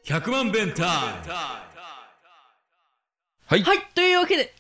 100万弁タイム。 はい、 はい、というわけで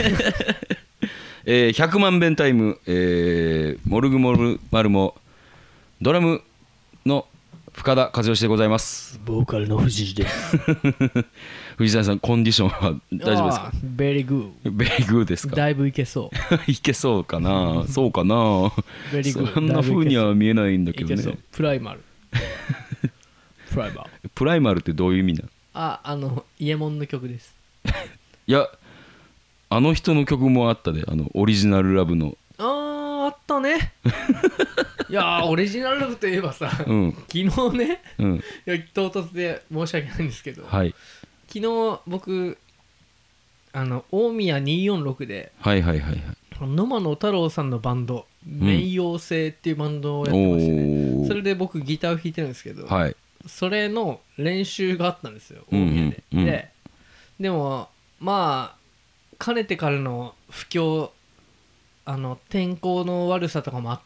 100万弁タイム、モルグモルマルモドラムの深田和義でございます。 ボーカルの藤井です藤谷さん、コンディションは大丈夫ですか？ ベリーグベリーグーですか？ だいぶいけそういけそうかなそうかなベリーグーそんな風には見えないんだけいけそうどね。 プライマルプライマルプライマルってどういう意味なの？ イエモンの曲です。 いや、あの人の曲もあったで、オリジナルラブの。 あったねいやオリジナルラブといえばさ、 うん、 昨日ね、 うん、 いや唐突で申し訳ないんですけど、 はい、 昨日僕大宮246で、 はいはいはいはい、 野間野太郎さんのバンド、冥王星っていうバンドをやってましてね、それで僕ギターを弾いてるんですけど、 はい、 それの練習があったんですよ、大宮で、 うんうんうん、 でもまあかねてからの不況、天候の悪さとかもあって、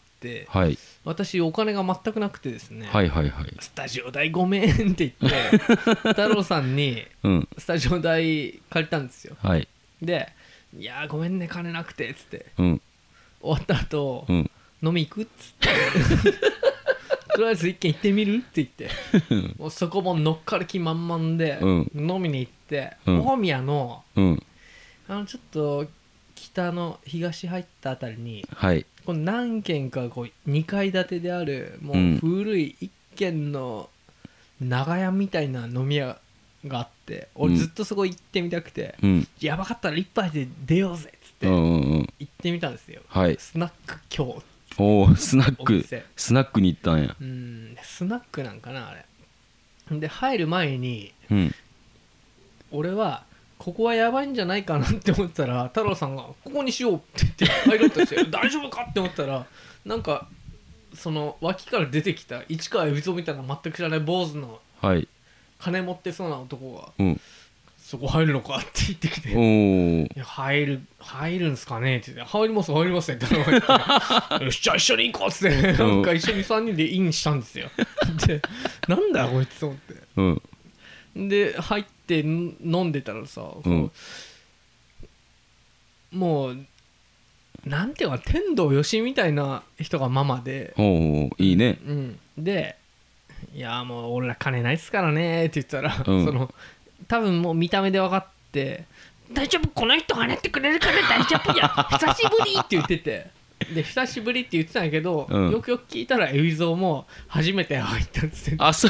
はい、 私お金が全くなくてですね、 はいはいはい、 スタジオ代ごめんって言って太郎さんにスタジオ代借りたんですよ、 はい、 で、いやごめんね金なくてっつって、 うん、 終わった後、 うん、 飲み行くっつってとりあえず一軒行ってみるって言ってもうそこも乗っかる気満々で、飲みに行って、大宮の、ちょっと北の東入ったあたりに、 はい、 この何軒かこう2階建てであるもう古い一軒の長屋みたいな飲み屋があって、俺ずっとそこ行ってみたくて、やばかったら一杯で出ようぜっつって行ってみたんですよ、 はい、 スナック今日、 おー、スナックに行ったんや。 スナックなんかなあれで、入る前に、俺はここはやばいんじゃないかなって思ったら、太郎さんがここにしようって言って入ろうとして大丈夫かって思ったら、なんかその脇から出てきた市川海老蔵みたいな全く知らない坊主の金持ってそうな男が、そこ入るのかって言ってきて、いや入るんすかねって言って、入りますって言ったらよしじゃあ一緒に行こうっつって、なんか一緒に3人でインしたんですよで、なんだよこいつと思って、で入って飲んでたらさ、もうなんていうか天童よしみたいな人がママで、 いいね、 で、いやもう俺ら金ないっすからねって言ったら、その多分もう見た目で分かって、大丈夫この人払ってくれるから大丈夫や久しぶりって言ってて、で久しぶりって言ってたんやけど、よくよく聞いたら海老蔵も初めて入ったんですよ。 あ、そう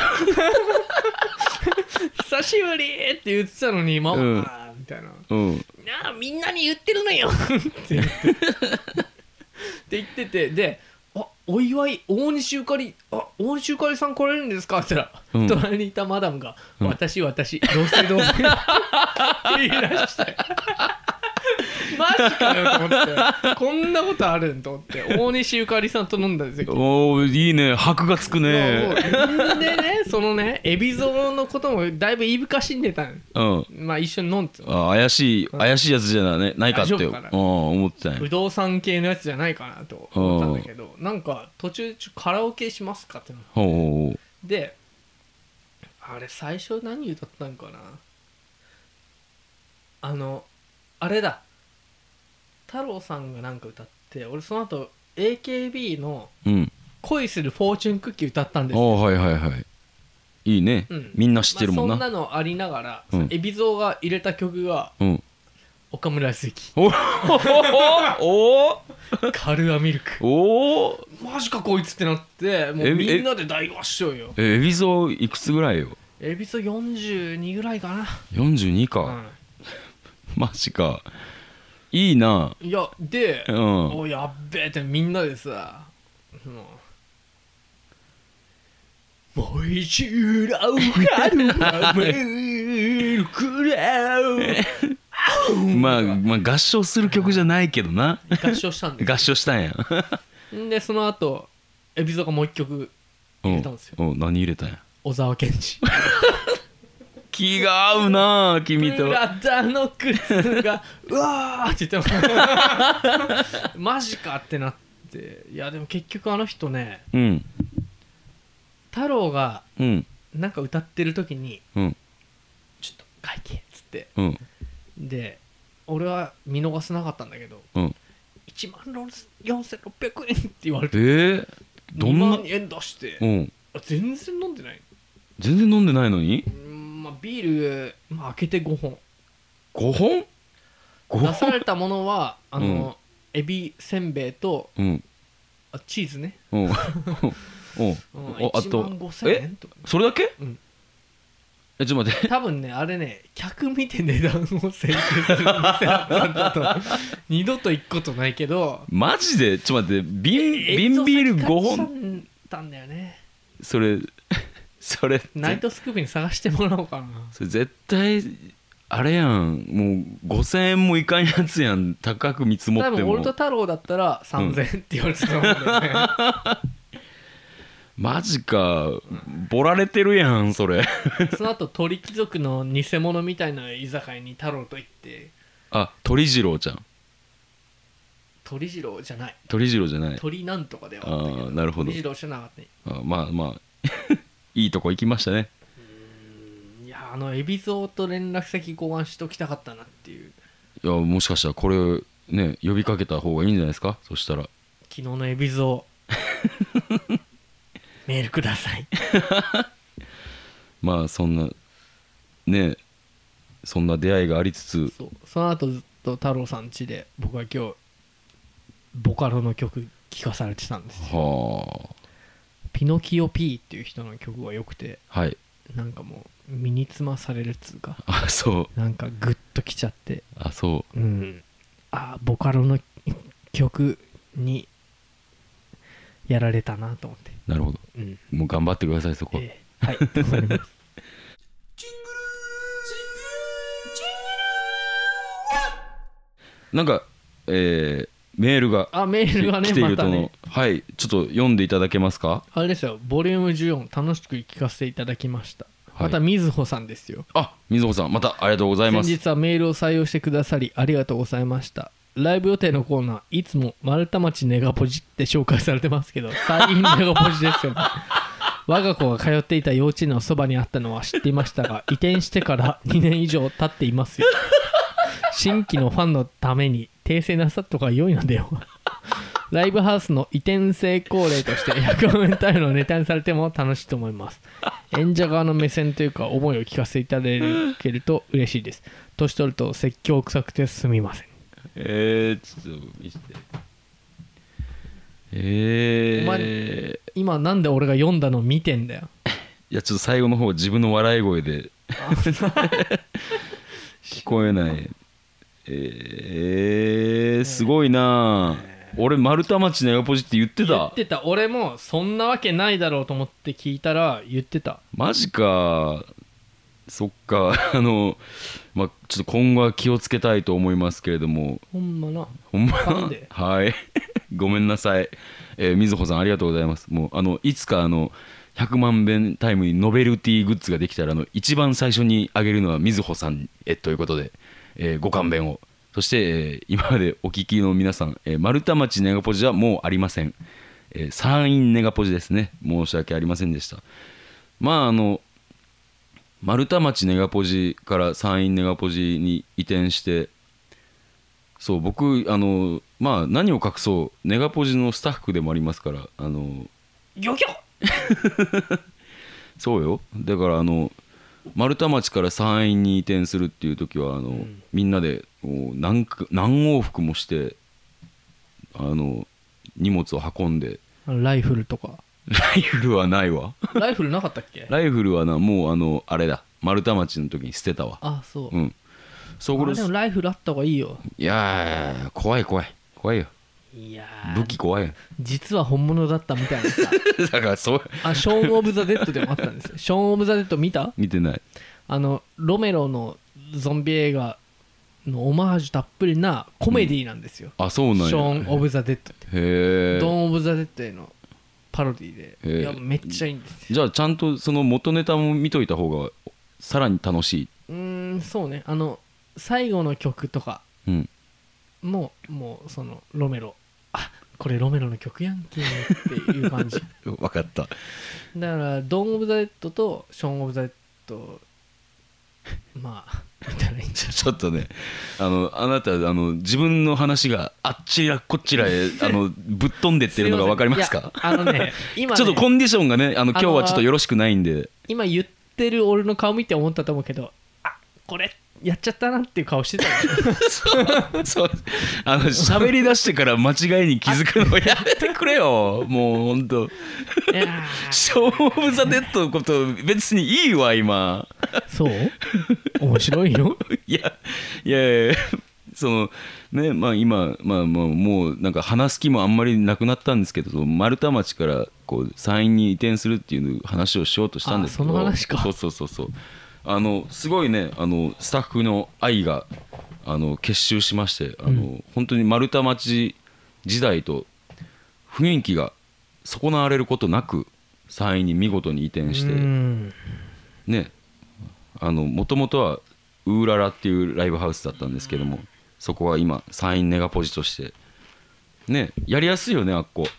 久しぶりって言ってたのにママ、みたいな、なあみんなに言ってるのよって言ってて、で、お祝い大西ゆかりさん来れるんですかって言ったら、隣にいたマダムが、私どうせ言い出してマジかよと思って、こんなことあるんと思って、大西ゆかりさんと飲んだんですよ。 おー、いいね、箔がつくね。 でね、そのね、海老蔵のこともだいぶ言いぶかしんでたん、まあ一緒に飲んでた。 怪しいやつじゃないかって思ってたんや。 不動産系のやつじゃないかなと思ったんだけど、なんか途中カラオケしますかってので、あれ最初何歌ったんかな、あれだ、太郎さんがなんか歌って、俺その後 AKB の恋するフォーチュンクッキー歌ったんですよ。 はいはいはい、いいね、みんな知ってるもんな。 そんなのありながら、海老蔵が入れた曲が岡村康之、カルアミルク、マジかこいつってなって、もうみんなで大合唱よ。 海老蔵いくつぐらいよ？ 海老蔵42ぐらいかな。 42か、マジか、いいな。 いやで、おやっべえってみんなでさ、もう一度春はめるくらまあ合唱する曲じゃないけどな。 合唱したんです。 合唱したんやでその後海老蔵がもう一曲入れたんですよ。 何入れたんや？ 小沢健二気が合うな君と。 プラダの靴がうわーって言ってますマジかってなって、いやでも結局あの人ね、太郎がなんか歌ってる時にうんちょっと会計っつって、 うんで俺は見逃せなかったんだけど、 うん 1万4600円って言われて、 どんな 2万円出して、 うん、 全然飲んでない。 全然飲んでないのにまあ、ビール、開けて5本 5本出されたものはエビせんべいと、チーズね、 あと 1万5000円とか、 それだけ、ちょっと待って多分ねあれね客見て値段を請求する店だと二度と行くことないけど、 マジでちょっと待って、瓶ビール5本たんだよね。 それナイトスクープに探してもらおうかな。それ絶対あれやん、もう5000円もいかんやつやん、高く見積もっても。 多分オルト太郎だったら3000円って言われてたもんだよね、 マジか、ボラれてるやんそれその後鳥貴族の偽物みたいな居酒屋に太郎と行って、 鳥次郎ちゃん、 鳥次郎じゃない、 鳥次郎じゃない、 鳥なんとかではあったけど、 なるほど、 鳥次郎じゃなかったね。 まあいいとこ行きましたね。 いや海老蔵と連絡先交換しときたかったなっていう。 いやもしかしたらこれね呼びかけた方がいいんじゃないですか。そしたら昨日の海老蔵メールくださいまあそんなね、そんな出会いがありつつ、 その後ずっと太郎さん家で僕は今日ボカロの曲聴かされてたんですよ。ピノキオ P っていう人の曲が良くて、なんかもう身につまされるっつうか、 そうなんかグッときちゃって、ボカロの曲にやられたなと思って。 なるほど、もう頑張ってくださいそこ、 はい頑張りますなんかメールが来ているとの、はい、ちょっと読んでいただけますか。 あれですよ、ボリューム14楽しく聞かせていただきました。またみずほさんですよ。 みずほさんまたありがとうございます。 先日はメールを採用してくださりありがとうございました。ライブ予定のコーナーいつも丸太町ネガポジって紹介されてますけど、サインネガポジですよね我が子が通っていた幼稚園のそばにあったのは知っていましたが、移転してから2年以上経っていますよ。新規のファンのために訂正なさった方が良いのではライブハウスの移転成功例として100万円単位のネタにされても楽しいと思います。演者側の目線というか思いを聞かせていただけると嬉しいです。年取ると説教臭くてすみません。 ちょっと見せて。 お前今なんで俺が読んだの見てんだよ。 いやちょっと最後の方自分の笑い声で聞こえない。すごいな、俺丸太町ネガポジって言ってた。 俺もそんなわけないだろうと思って聞いたら言ってた。 マジか。そっかちょっと今後は気をつけたいと思いますけれども。 ほんまなはいごめんなさい。みずほさんありがとうございます。もういつか100万遍タイムにノベルティグッズができたら一番最初にあげるのはみずほさんということで、ご勘弁を。そして、今までお聞きの皆さん、丸太町ネガポジはもうありません。山陰ネガポジですね。申し訳ありませんでした。丸太町ネガポジから山陰ネガポジに移転して、そう僕何を隠そうネガポジのスタッフでもありますからギョギョそうよ。だから丸太町から山陰に移転するっていう時はみんなで何往復もして荷物を運んで。 ライフルとか。 ライフルはないわライフルなかったっけ。 ライフルはもうあれだ、丸太町の時に捨てたわ。 そう、 でもライフルあった方がいいよ。 いや怖いよ。 いや武器怖いよ。 実は本物だったみたいなさだからそうショーン・オブ・ザ・デッドでもあったんですよ。ショーン・オブ・ザ・デッド見た？ 見てない。 ロメロのゾンビ映画のオマージュたっぷりなコメディなんですよ、 そうなんや。 ショーン・オブ・ザ・デッドってへドーン・オブ・ザ・デッドへのパロディで、いやめっちゃいいんですよ。 じゃあちゃんとその元ネタも見といた方がさらに楽しい。 そうね。最後の曲とかもうそのロメロこれロメロの曲やんけっていう感じ分かった。 だからドーン・オブ・ザ・デッドとショーン・オブ・ザ・デッドまあ見たらいいんじゃない。 ちょっとねあなた自分の話があっちらこっちらへぶっ飛んでってるのが分かりますか？ 今ねちょっとコンディションがね今日はちょっとよろしくないんで、 今言ってる俺の顔見て思ったと思うけど、これやっちゃったなっていう顔してたそう喋り出してから間違いに気づくのやめてくれよもうほんと。ショーン・オブ・ザ・デッドのこと別にいいわ今。 そう面白いよいやそのねまあ今、もうなんか話す気もあんまりなくなったんですけど、丸太町からこう山陰に移転するっていう話をしようとしたんですけど、 その話か。 そうすごいねスタッフの愛が結集しまして、本当に丸太町時代と雰囲気が損なわれることなく山陰に見事に移転してね、もともとはウーララっていうライブハウスだったんですけども、そこは今山陰ネガポジとしてねやりやすいよねあっこ。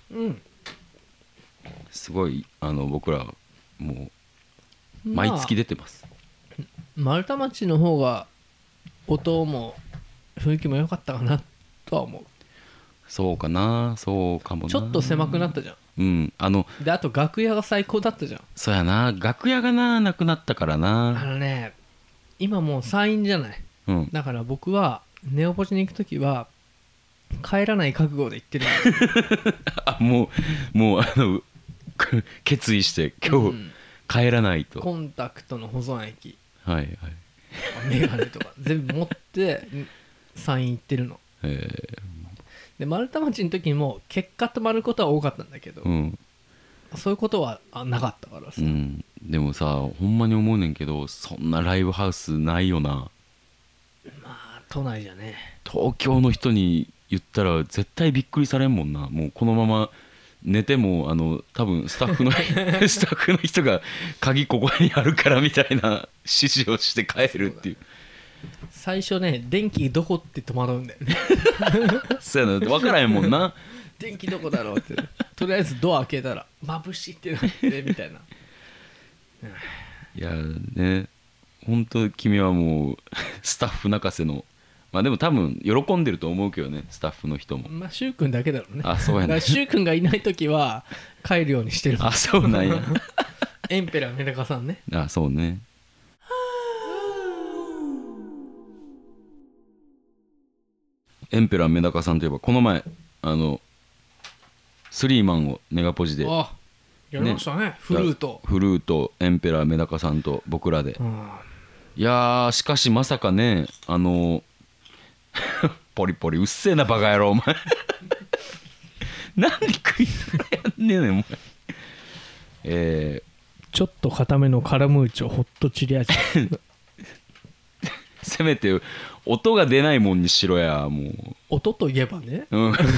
すごい僕らもう毎月出てます。 丸太町の方が音も雰囲気も良かったかなとは思う。 そうかな、そうかもな。 ちょっと狭くなったじゃん。であと楽屋が最高だったじゃん。 そうやな、楽屋がなくなったからな。 今もう山陰じゃない、だから僕はネオポジに行く時は帰らない覚悟で行ってるもう決意して今日帰らないと、 コンタクトの保存液、 メガネとか全部持って山陰行ってるの。で丸太町の時にも結果と丸ことは多かったんだけど、そういうことはなかったからさ、 でもさほんまに思うねんけど、そんなライブハウスないよな。 都内じゃね。 東京の人に言ったら絶対びっくりされんもんな。もうこのまま寝ても多分スタッフの人が鍵ここにあるからみたいな指示をして帰るっていう。 最初ね電気どこって戸惑うんだよねそうやな、分からへんもんな電気どこだろうってとりあえずドア開けたら眩しいってなってみたいな。 いやね、本当君はもうスタッフ泣かせの、でも多分喜んでると思うけどね、スタッフの人も。 シュウ君だけだろうね。 そうやね。 シュウ君がいない時は帰るようにしてる。 そうなんやエンペラーメダカさんね。 そうね。エンペラーメダカさんといえばこの前スリーマンをネガポジでやりましたね。フルートエンペラーメダカさんと僕らで、いやしかしまさかねポリポリうっせえなバカ野郎お前なんで食いやんねえねんお前。 ちょっと固めのカラムーチョホットチリ味せめて音が出ないもんにしろや。もう音といえばね、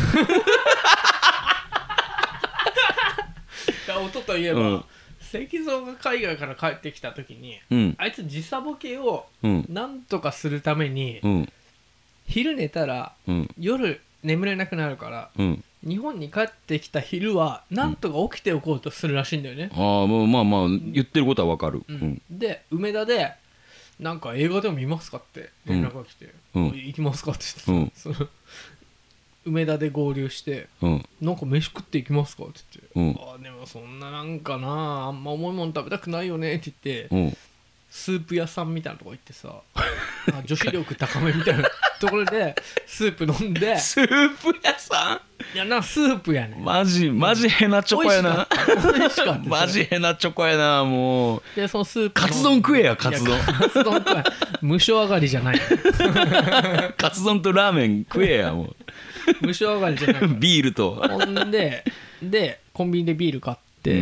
音といえば、石像が海外から帰ってきた時に、あいつ時差ボケをなんとかするために、昼寝たら、夜眠れなくなるから、日本に帰ってきた昼はなんとか起きておこうとするらしいんだよね。 言ってることはわかる。 で梅田でなんか映画でも見ますかって連絡が来て、行きますかって言って、梅田で合流して、なんか飯食って行きますかって言って、でもそんななんかなあんま重いもん食べたくないよねって言って、スープ屋さんみたいなとこ行ってさ女子力高めみたいなところでスープ飲んでスープ屋さん、 いやスープやねマジヘナチョコやな。 美味しかったマジヘナチョコやな。もうでそのスープカツ丼食えや。カツ丼食え無償上がりじゃないカツ丼とラーメン食えや。もう無償上がりじゃないビールとほんでコンビニでビール買って、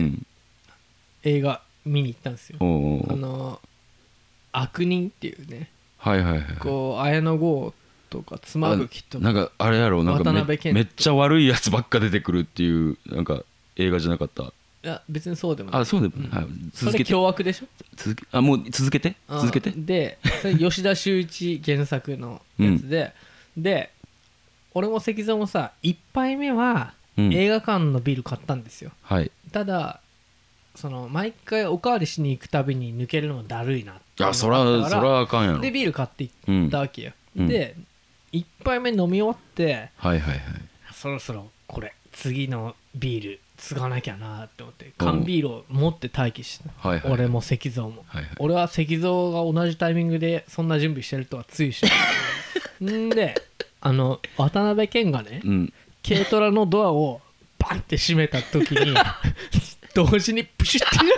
映画見に行ったんですよ。悪人っていうね、こう綾野剛とか妻夫木とかなんかあれやろ、なんかめっちゃ悪いやつばっか出てくるっていうなんか映画じゃなかった？ いや別にそうでもない。 そうでもない。 それ凶悪でしょ。 もう続けてでそれ吉田修一原作のやつで、で俺も石像もさ1杯目は映画館のビール買ったんですよ。 はい。 ただその毎回おかわりしに行くたびに抜けるのだるいなっていやそらあかんやろ。 でビール買って行ったわけよ、で1杯目飲み終わって、 はいはいはい、 そろそろこれ次のビール継がなきゃなって思って缶ビールを持って待機して、はいはい、俺も石像も、はいはい、俺は石像が同じタイミングでそんな準備してるとはついしんで渡辺謙がね、軽トラのドアをバンって閉めた時に同時にプシュって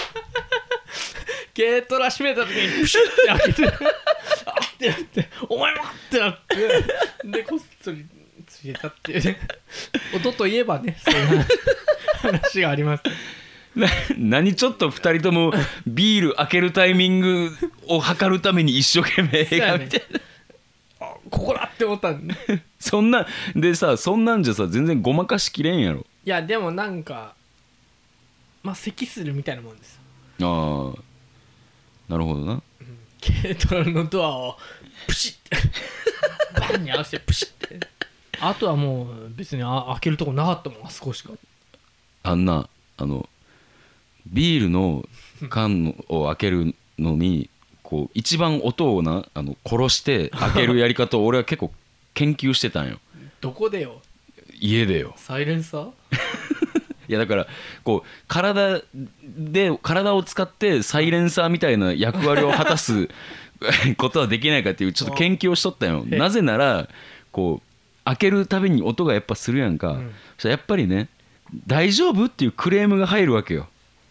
軽トラ閉めた時にプシュって開けてあってなってお前もってなってでこっそりついたっていうね音といえばねそういう話があります何ちょっと2人ともビール開けるタイミングを測るために一生懸命映画見て、ね、 ここだって思ったんでそんなでさそんなんじゃさ全然ごまかしきれんやろ。いやでもなんかまあ咳するみたいなもんですよ。ああなるほどな、 軽トラのドアをプシッてバンに合わせてプシッてあとはもう別に開けるとこなかったもんあそこしか。 あんなビールの缶を開けるのにこう一番音をな殺して開けるやり方を俺は結構研究してたんよ。 どこでよ。 家でよ。 サイレンサーいやだからこう体を使ってサイレンサーみたいな役割を果たすことはできないかっていうちょっと研究をしとったよ。なぜならこう開けるたびに音がやっぱするやんか、そしたらやっぱりね大丈夫っていうクレームが入るわけよ。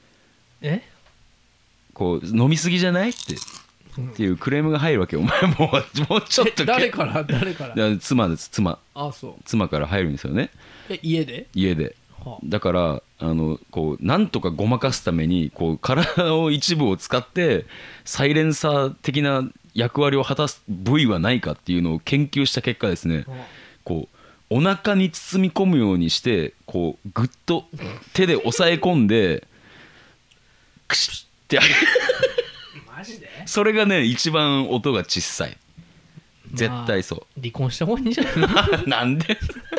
こう飲みすぎじゃないっていうクレームが入るわけよ。お前もうちょっと誰から妻です。 あそう妻から入るんですよね。 家でだからこうなんとかごまかすためにこう体の一部を使ってサイレンサー的な役割を果たす部位はないかっていうのを研究した結果ですね、こうお腹に包み込むようにしてこうグッと手で押さえ込んでクシッってあげるマジでそれがね一番音が小さい。絶対そう、 離婚した方がいいんじゃないのなんで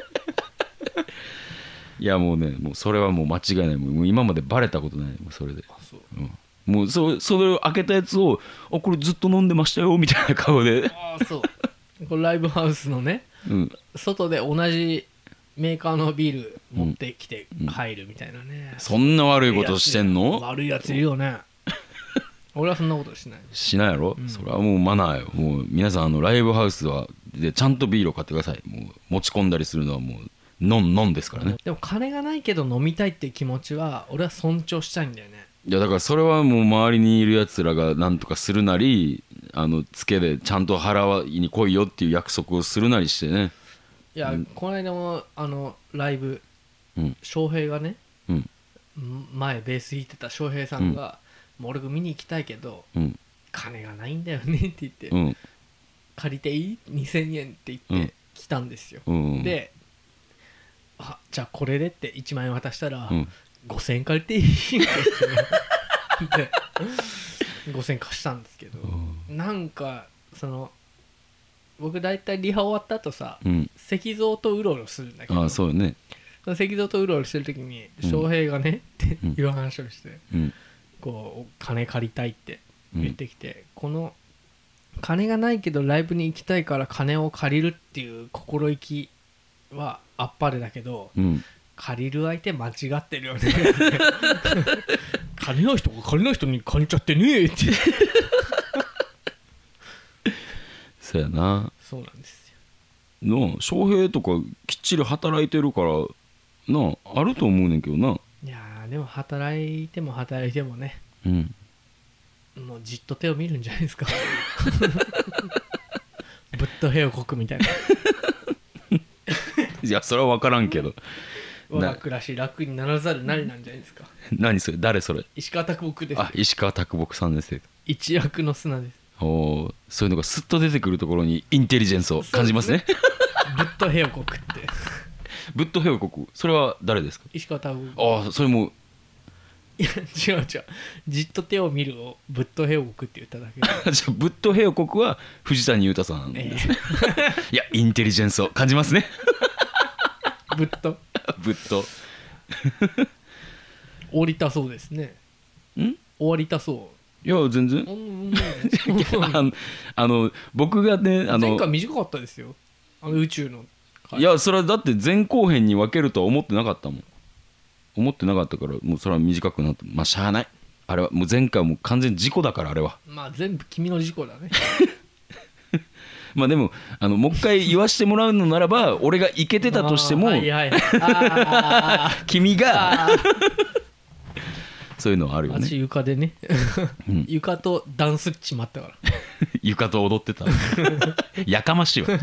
いやもうねもうそれはもう間違いない。もう今までバレたことない。もうそれでもうそれを開けたやつをこれずっと飲んでましたよみたいな顔でそうこれライブハウスのね、外で同じメーカーのビール持ってきて入るみたいなね、 そんな悪いことしてんの。 悪いやついるよね俺はそんなことしないやろ、それはもうマナーよ。もう皆さんライブハウスでちゃんとビールを買ってください。もう持ち込んだりするのはもうノンですからね。でも金がないけど飲みたいっていう気持ちは俺は尊重したいんだよね。 いやだからそれはもう周りにいるやつらが何とかするなりツケでちゃんと払いに来いよっていう約束をするなりしてね。 いや、この間もライブ、翔平がね、前ベース弾いてた翔平さんが、もう俺見に行きたいけど、金がないんだよねって言って、借りていい ?2000 円って言って来たんですよ。でじゃあこれでって1万円渡したら、5000円借りていいで5000円貸したんですけど、なんか僕大体リハ終わった後さ、石像とうろうろするんだけど、 そうよね、 石像とうろうろしてる時に翔平がね、っていう話をして、こう金借りたいって言ってきて、この金がないけどライブに行きたいから金を借りるっていう心意気はあっぱれだけど、借りる相手間違ってるよね金ない人が借りない人に借りちゃってねえってそうやな。 そうなんですよ。 翔平とかきっちり働いてるからなあると思うねんけどな。 いやでも働いてもね、もうじっと手を見るんじゃないですかぶっと屁をこくみたいないやそれは分からんけど我が暮らし楽にならざるなりなんじゃないですか。 何それ、誰それ。 石川啄木です。 石川啄木さんですよ。 一躍の砂です。 そういうのがスッと出てくるところにインテリジェンスを感じますね。 ぶっと屁をこくってぶっと屁をこく、それは誰ですか。 石川啄木。 それもいや違うじっと手を見るをぶっと屁をこくって言っただけじゃあぶっと屁をこくは藤谷裕太さんですね、いやインテリジェンスを感じますねぶっとぶっと降りたそうですね。 ん終わりたそいや全然う。 僕がね前回短かったですよ、宇宙の回。 いやそれはだって前後編に分けるとは思ってなかったもん。思ってなかったからもうそれは短くなって、まあしゃあない。あれはもう前回はもう完全に事故だから、あれは。 まあ全部君の事故だね。 まあでももう一回言わしてもらうのならば、俺がイケてたとしても、 はいはい、 君がそういうのはあるよね。 私床でね、 うん床とダンスっちまったから床と踊ってたやかましいわ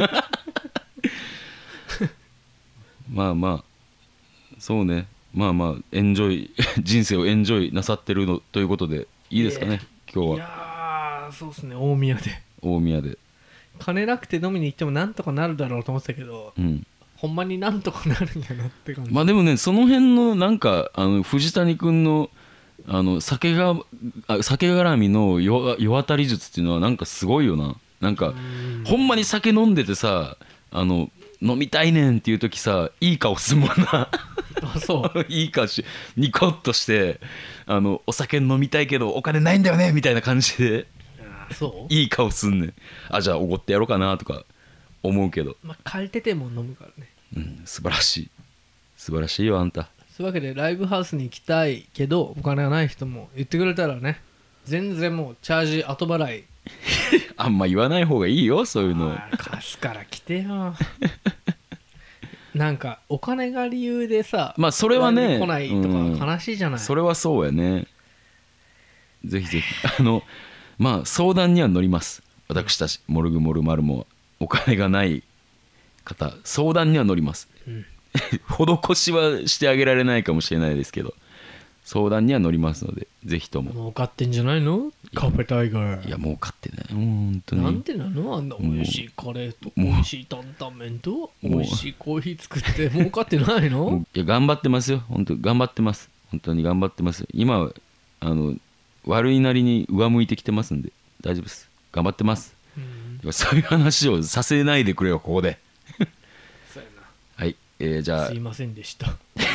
まあまあそうね、まあまあエンジョイ人生をエンジョイなさってるのということでいいですかね、今日は。 いやーそうですね、大宮で大宮で、 金なくて飲みに行ってもなんとかなるだろうと思ってたけど、 うん、 ほんまになんとかなるんやなって感じ。 まあでもね、その辺のなんか藤谷君の酒絡みの世渡り術っていうのはなんかすごいよな。なんかほんまに酒飲んでてさ、飲みたいねんっていう時さ、いい顔すんもんなあそういい顔しニコッとしてお酒飲みたいけどお金ないんだよねみたいな感じであそういい顔すんねん。あ、じゃあおごってやろうかなとか思うけど、 まあ借りてても飲むからね。 素晴らしい素晴らしいよあんた。 そういうわけでライブハウスに行きたいけどお金がない人も言ってくれたらね、全然もうチャージ後払いあんま言わない方がいいよそういうの。 貸すから来てよなんかお金が理由でさ、 まあそれはねライブ来ないとか悲しいじゃない、 それはそうやね。ぜひぜひまあ相談には乗ります。私たちモルグモルマルモはお金がない方、相談には乗ります、施しはしてあげられないかもしれないですけど、相談には乗りますので、ぜひとも。 儲かってんじゃないのカフェタイガー。 いや儲かってない、もう本当に。 なんでなの、あんな美味しいカレーと美味しい担々麺と美味しいコーヒー作って儲かってないの？ いや頑張ってますよ、本当頑張ってます、本当に頑張ってます。今は悪いなりに上向いてきてますんで大丈夫です、頑張ってます。そういう話をさせないでくれよここでそうやな。 はい、じゃあすいませんでした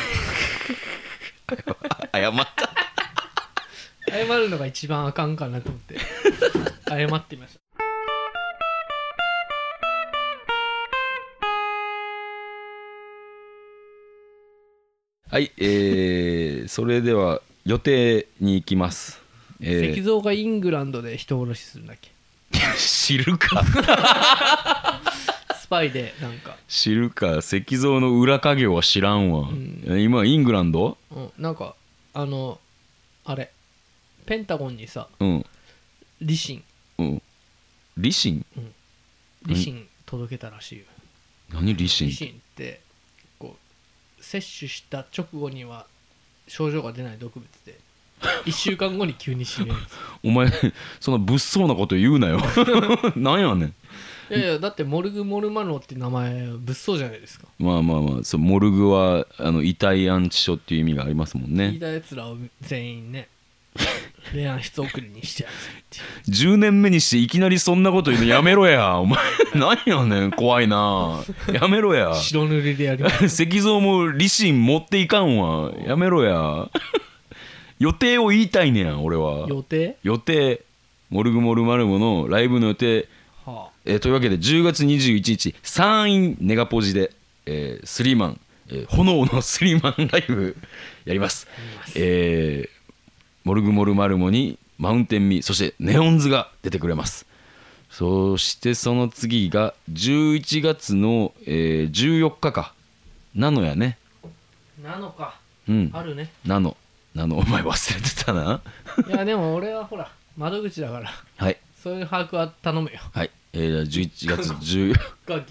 謝った謝るのが一番あかんかなと思って謝ってみました。 はい、それでは予定に行きます。 石像がイングランドで人殺しするんだっけ知るかスパイでなんか、 知るか、石像の裏稼業は知らんわ、今イングランド、 なんかあれペンタゴンにさ、リシン、 リシン、 リシン届けたらしいよ。 何リシン？ リシンってこう摂取した直後には症状が出ない毒物で1週間後に急に死ぬやつお前そんな物騒なこと言うなよなんやねん。 いやいや、だってモルグモルマノって名前物騒じゃないですか。 まあまあまあ、そうモルグは遺体安置所っていう意味がありますもんね。 聞いたやつらを全員ね霊安室送りにしてやるっていう 10年目にしていきなりそんなこと言うのやめろやお前何やねん、怖いな、やめろや白塗りでやります石像もリシン持っていかんわ、やめろや予定を言いたいねん俺は。予定モルグモルマルモのライブの予定、というわけで10月21日山陰ネガポジで、スリーマン、炎のスリーマンライブやります。モルグモルマルモにマウンテンミー、そしてネオンズが出てくれます。そしてその次が11月の、14日かなのやね。 なのか、あるね。 なのお前忘れてたないやでも俺はほら窓口だからはい、 そういう把握は頼むよ。 はい、11月14日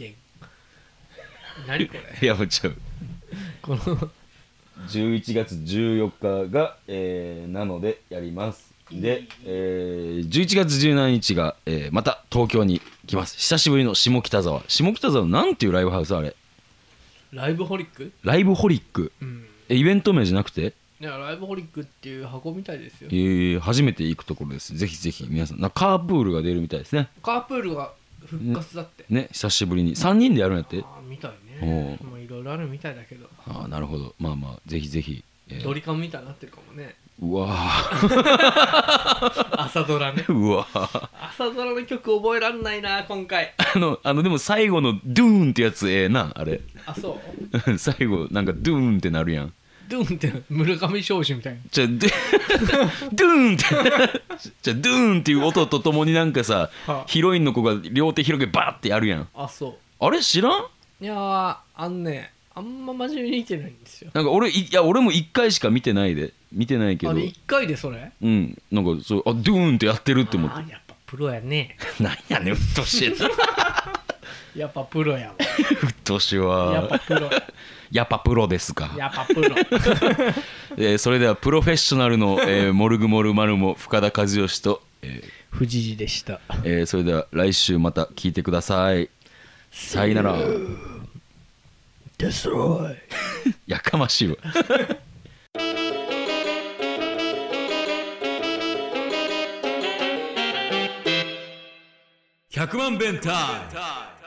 何これやめちゃうこの 11月14日が、なのでやります。で、11月17日が、また東京に来ます。久しぶりの下北沢なんていうライブハウスあれ？ ライブホリック？ ライブホリック、イベント名じゃなくて？ いやライブホリックっていう箱みたいですよ。 初めて行くところです。ぜひぜひ皆さん、カープールが出るみたいですね。 カープールが復活だってね、久しぶりに3人でやるんやって。 みたいね。もういろいろあるみたいだけど、 ああなるほど。まあまあぜひぜひ、 ドリカムみたいになってるかもね。 うわ朝ドラね。 うわ朝ドラの曲覚えらんないな今回。 でも最後のドゥーンってやつなあれ。 あそう最後なんかドゥーンってなるやん。 ドゥーンって村上庄司みたいな。 じゃあドゥーンってじゃあドゥーンっていう音とともになんかさ、ヒロインの子が両手広げバーってやるやん。 あそうあれ知らん？ いやーあんま真面目に見てないんですよ。 なんか俺も1回しか見てないけど。 あれ1回でそれ？ うんなんかそうドゥーンってやってるって思ってあやっぱプロやね。 なんやねんうっとうしいなやっぱプロやわ。 うっとうしいわ。 やっぱプロ。 やっぱプロですか。 やっぱプロ。 それではプロフェッショナルの、モルグモルマルモ深田和義と、 藤次でした。 それでは来週また聞いてください。さよなら。 デスロイ。 やかましいわ。100万弁タイム。